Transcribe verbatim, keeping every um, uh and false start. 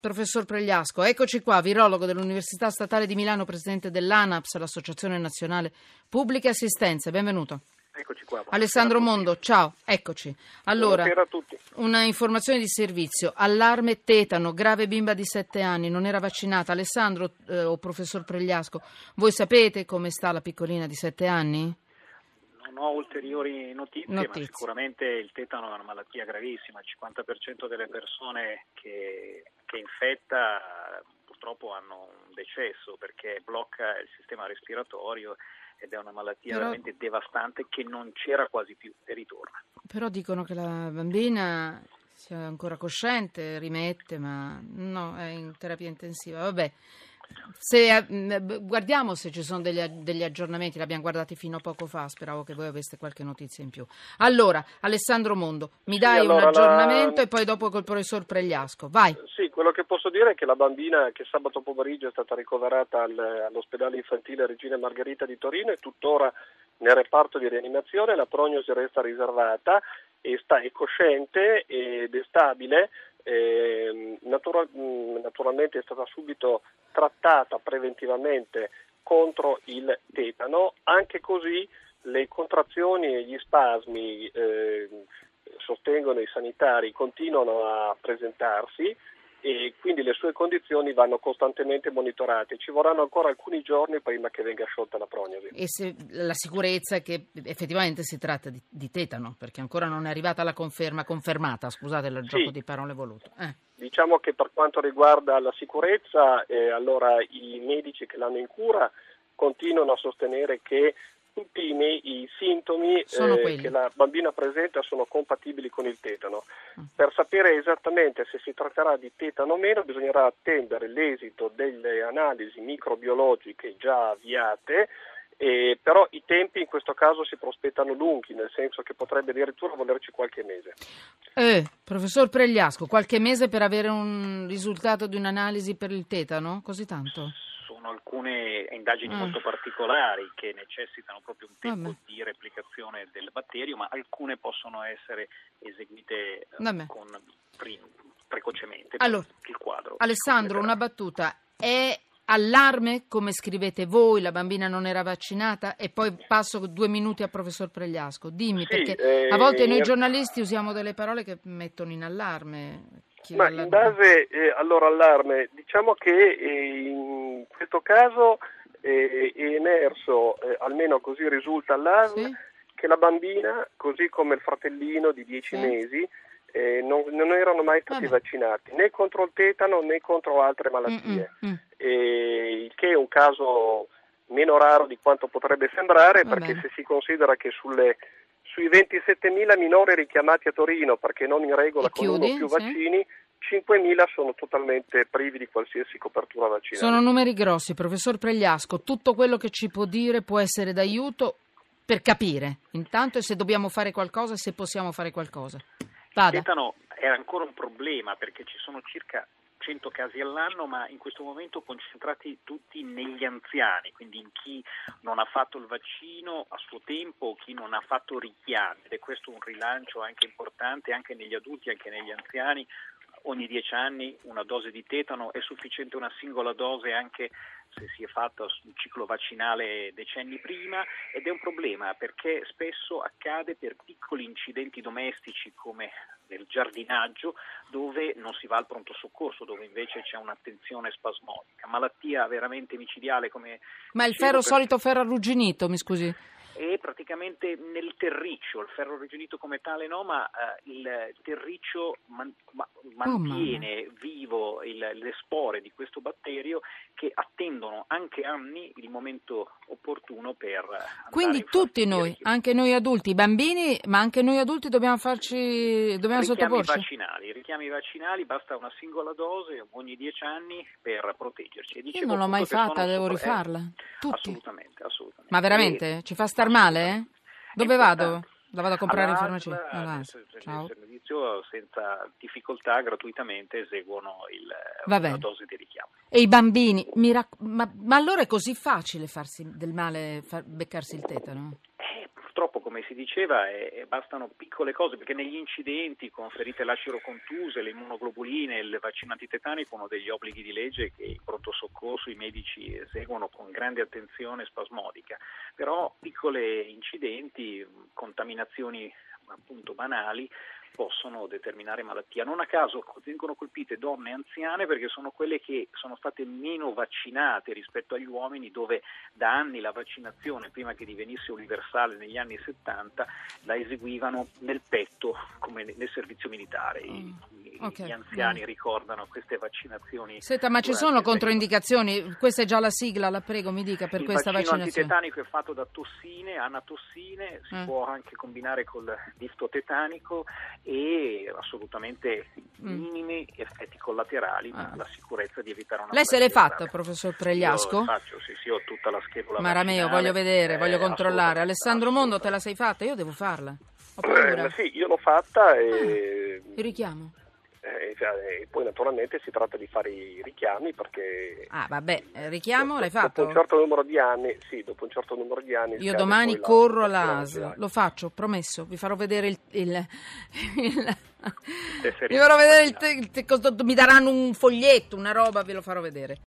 Professor Pregliasco, eccoci qua, virologo dell'Università Statale di Milano, presidente dell'ANAPS, l'Associazione Nazionale Pubbliche Assistenze. Benvenuto. Eccoci qua. Alessandro Mondo, ciao, eccoci. Allora, buonasera a tutti. Una informazione di servizio. Allarme tetano, grave bimba di sette anni, non era vaccinata. Alessandro eh, o professor Pregliasco, voi sapete come sta la piccolina di sette anni? Non ho ulteriori notizie, Notizie. ma sicuramente il tetano è una malattia gravissima. Il cinquanta per cento delle persone che, che infetta purtroppo hanno un decesso perché blocca il sistema respiratorio ed è una malattia Però... veramente devastante che non c'era quasi più e ritorna. Però dicono che la bambina sia ancora cosciente, rimette, ma no, è in terapia intensiva. Vabbè. Se, guardiamo se ci sono degli, degli aggiornamenti, l'abbiamo guardati fino a poco fa, speravo che voi aveste qualche notizia in più. Allora, Alessandro Mondo, mi dai sì, allora un aggiornamento la... e poi dopo col professor Pregliasco, vai. Sì, quello che posso dire è che la bambina che sabato pomeriggio è stata ricoverata al, all'ospedale infantile Regina Margherita di Torino è tuttora nel reparto di rianimazione, la prognosi resta riservata e sta, è cosciente ed è stabile. Eh, natura, naturalmente è stata subito trattata preventivamente contro il tetano, anche così le contrazioni e gli spasmi, eh, sostengono i sanitari, continuano a presentarsi e quindi le sue condizioni vanno costantemente monitorate. Ci vorranno ancora alcuni giorni prima che venga sciolta la prognosi. E se la sicurezza è che effettivamente si tratta di, di tetano, perché ancora non è arrivata la conferma, confermata, scusate il gioco sì. di parole voluto. Eh. Diciamo che per quanto riguarda la sicurezza, eh, allora i medici che l'hanno in cura continuano a sostenere che tutti i, me- i sintomi eh, che la bambina presenta sono compatibili con il tetano. Mm. Per sapere esattamente se si tratterà di tetano o meno bisognerà attendere l'esito delle analisi microbiologiche già avviate, eh, però i tempi in questo caso si prospettano lunghi, nel senso che potrebbe addirittura volerci qualche mese. Eh, professor Pregliasco, qualche mese per avere un risultato di un'analisi per il tetano? Così tanto? Sono alcune indagini ah. molto particolari che necessitano proprio un tempo Vabbè. di replicazione del batterio, ma alcune possono essere eseguite Vabbè. con pre- precocemente. Allora, il quadro Alessandro, una battuta. È allarme, come scrivete voi, la bambina non era vaccinata? E poi passo due minuti al professor Pregliasco. Dimmi, sì, perché eh, a volte noi giornalisti usiamo delle parole che mettono in allarme. Chi Ma in base eh, allora allarme, diciamo che eh, in questo caso eh, è emerso, eh, almeno così risulta all'A S L, sì? che la bambina, così come il fratellino di dieci sì. mesi, eh, non, non erano mai stati Vabbè. vaccinati né contro il tetano né contro altre malattie, mm-mm, mm. Eh, il che è un caso meno raro di quanto potrebbe sembrare, Vabbè. perché se si considera che sulle sui ventisettemila minori richiamati a Torino perché non in regola con uno o più sì. vaccini, cinquemila sono totalmente privi di qualsiasi copertura vaccinale. Sono numeri grossi, professor Pregliasco. Tutto quello che ci può dire può essere d'aiuto per capire, intanto, e se dobbiamo fare qualcosa, se possiamo fare qualcosa. Vada. Il tetano è ancora un problema perché ci sono circa cento casi all'anno, ma in questo momento concentrati tutti negli anziani, quindi in chi non ha fatto il vaccino a suo tempo o chi non ha fatto richiami, ed è questo un rilancio anche importante anche negli adulti, anche negli anziani. Ogni dieci anni una dose di tetano, è sufficiente una singola dose anche se si è fatto un ciclo vaccinale decenni prima, ed è un problema perché spesso accade per piccoli incidenti domestici come nel giardinaggio, dove non si va al pronto soccorso, dove invece c'è un'attenzione spasmodica. Malattia veramente micidiale come... Ma il ferro per... solito ferro arrugginito, mi scusi? È praticamente nel terriccio, il ferro arrugginito come tale no, ma uh, il terriccio man- ma- mantiene oh, vivo il, le spore di questo batterio che attendono anche anni il momento opportuno per... Quindi tutti noi, anche noi adulti, i bambini, ma anche noi adulti dobbiamo farci, dobbiamo sottoporci? Vaccinali, richiami vaccinali, basta una singola dose ogni dieci anni per proteggerci. E Io non l'ho mai fatta, devo super... rifarla. Eh, tutti. Assolutamente, assolutamente. Ma veramente? E... Ci fa star male? Eh? Dove vado? La vado a comprare all'A in S L, farmacia? Nel servizio senza difficoltà gratuitamente eseguono il, una dose di richiamo. E i bambini, mi rac- ma, ma allora è così facile farsi del male, far, beccarsi il tetano? Eh, purtroppo, come come si diceva, è, bastano piccole cose, perché negli incidenti con ferite lacero-contuse, le immunoglobuline, il vaccino antitetanico, uno degli obblighi di legge che in pronto soccorso i medici eseguono con grande attenzione spasmodica, però piccoli incidenti, contaminazioni appunto banali, possono determinare malattia. Non a caso vengono colpite donne anziane perché sono quelle che sono state meno vaccinate rispetto agli uomini, dove da anni la vaccinazione, prima che divenisse universale negli anni settanta, la eseguivano nel petto come nel servizio militare. I, mm. okay. Gli anziani ricordano queste vaccinazioni. Senta, ma ci sono controindicazioni? Questa è già la sigla, la prego, mi dica, per il questa vaccinazione. Il vaccino antitetanico è fatto da tossine, anatossine, si eh. può anche combinare col diftotetanico e assolutamente minimi mm. effetti collaterali, ma ah. la sicurezza di evitare una Lei se l'è fatta, professor Pregliasco? Io faccio, sì, sì, ho tutta la schedola Marameo, voglio vedere, eh, voglio controllare. Alessandro Mondo, te la sei fatta? Io devo farla. Ho paura. Eh, sì, io l'ho fatta e... Ah, il richiamo? Eh, e poi naturalmente si tratta di fare i richiami perché... Ah, vabbè, il richiamo l'hai fatto? Dopo un certo numero di anni, sì, dopo un certo numero di anni... Io domani corro all'A S L, lo faccio, promesso, vi farò vedere il... il, il vi farò vedere il, il, il, mi daranno un foglietto, una roba, ve lo farò vedere.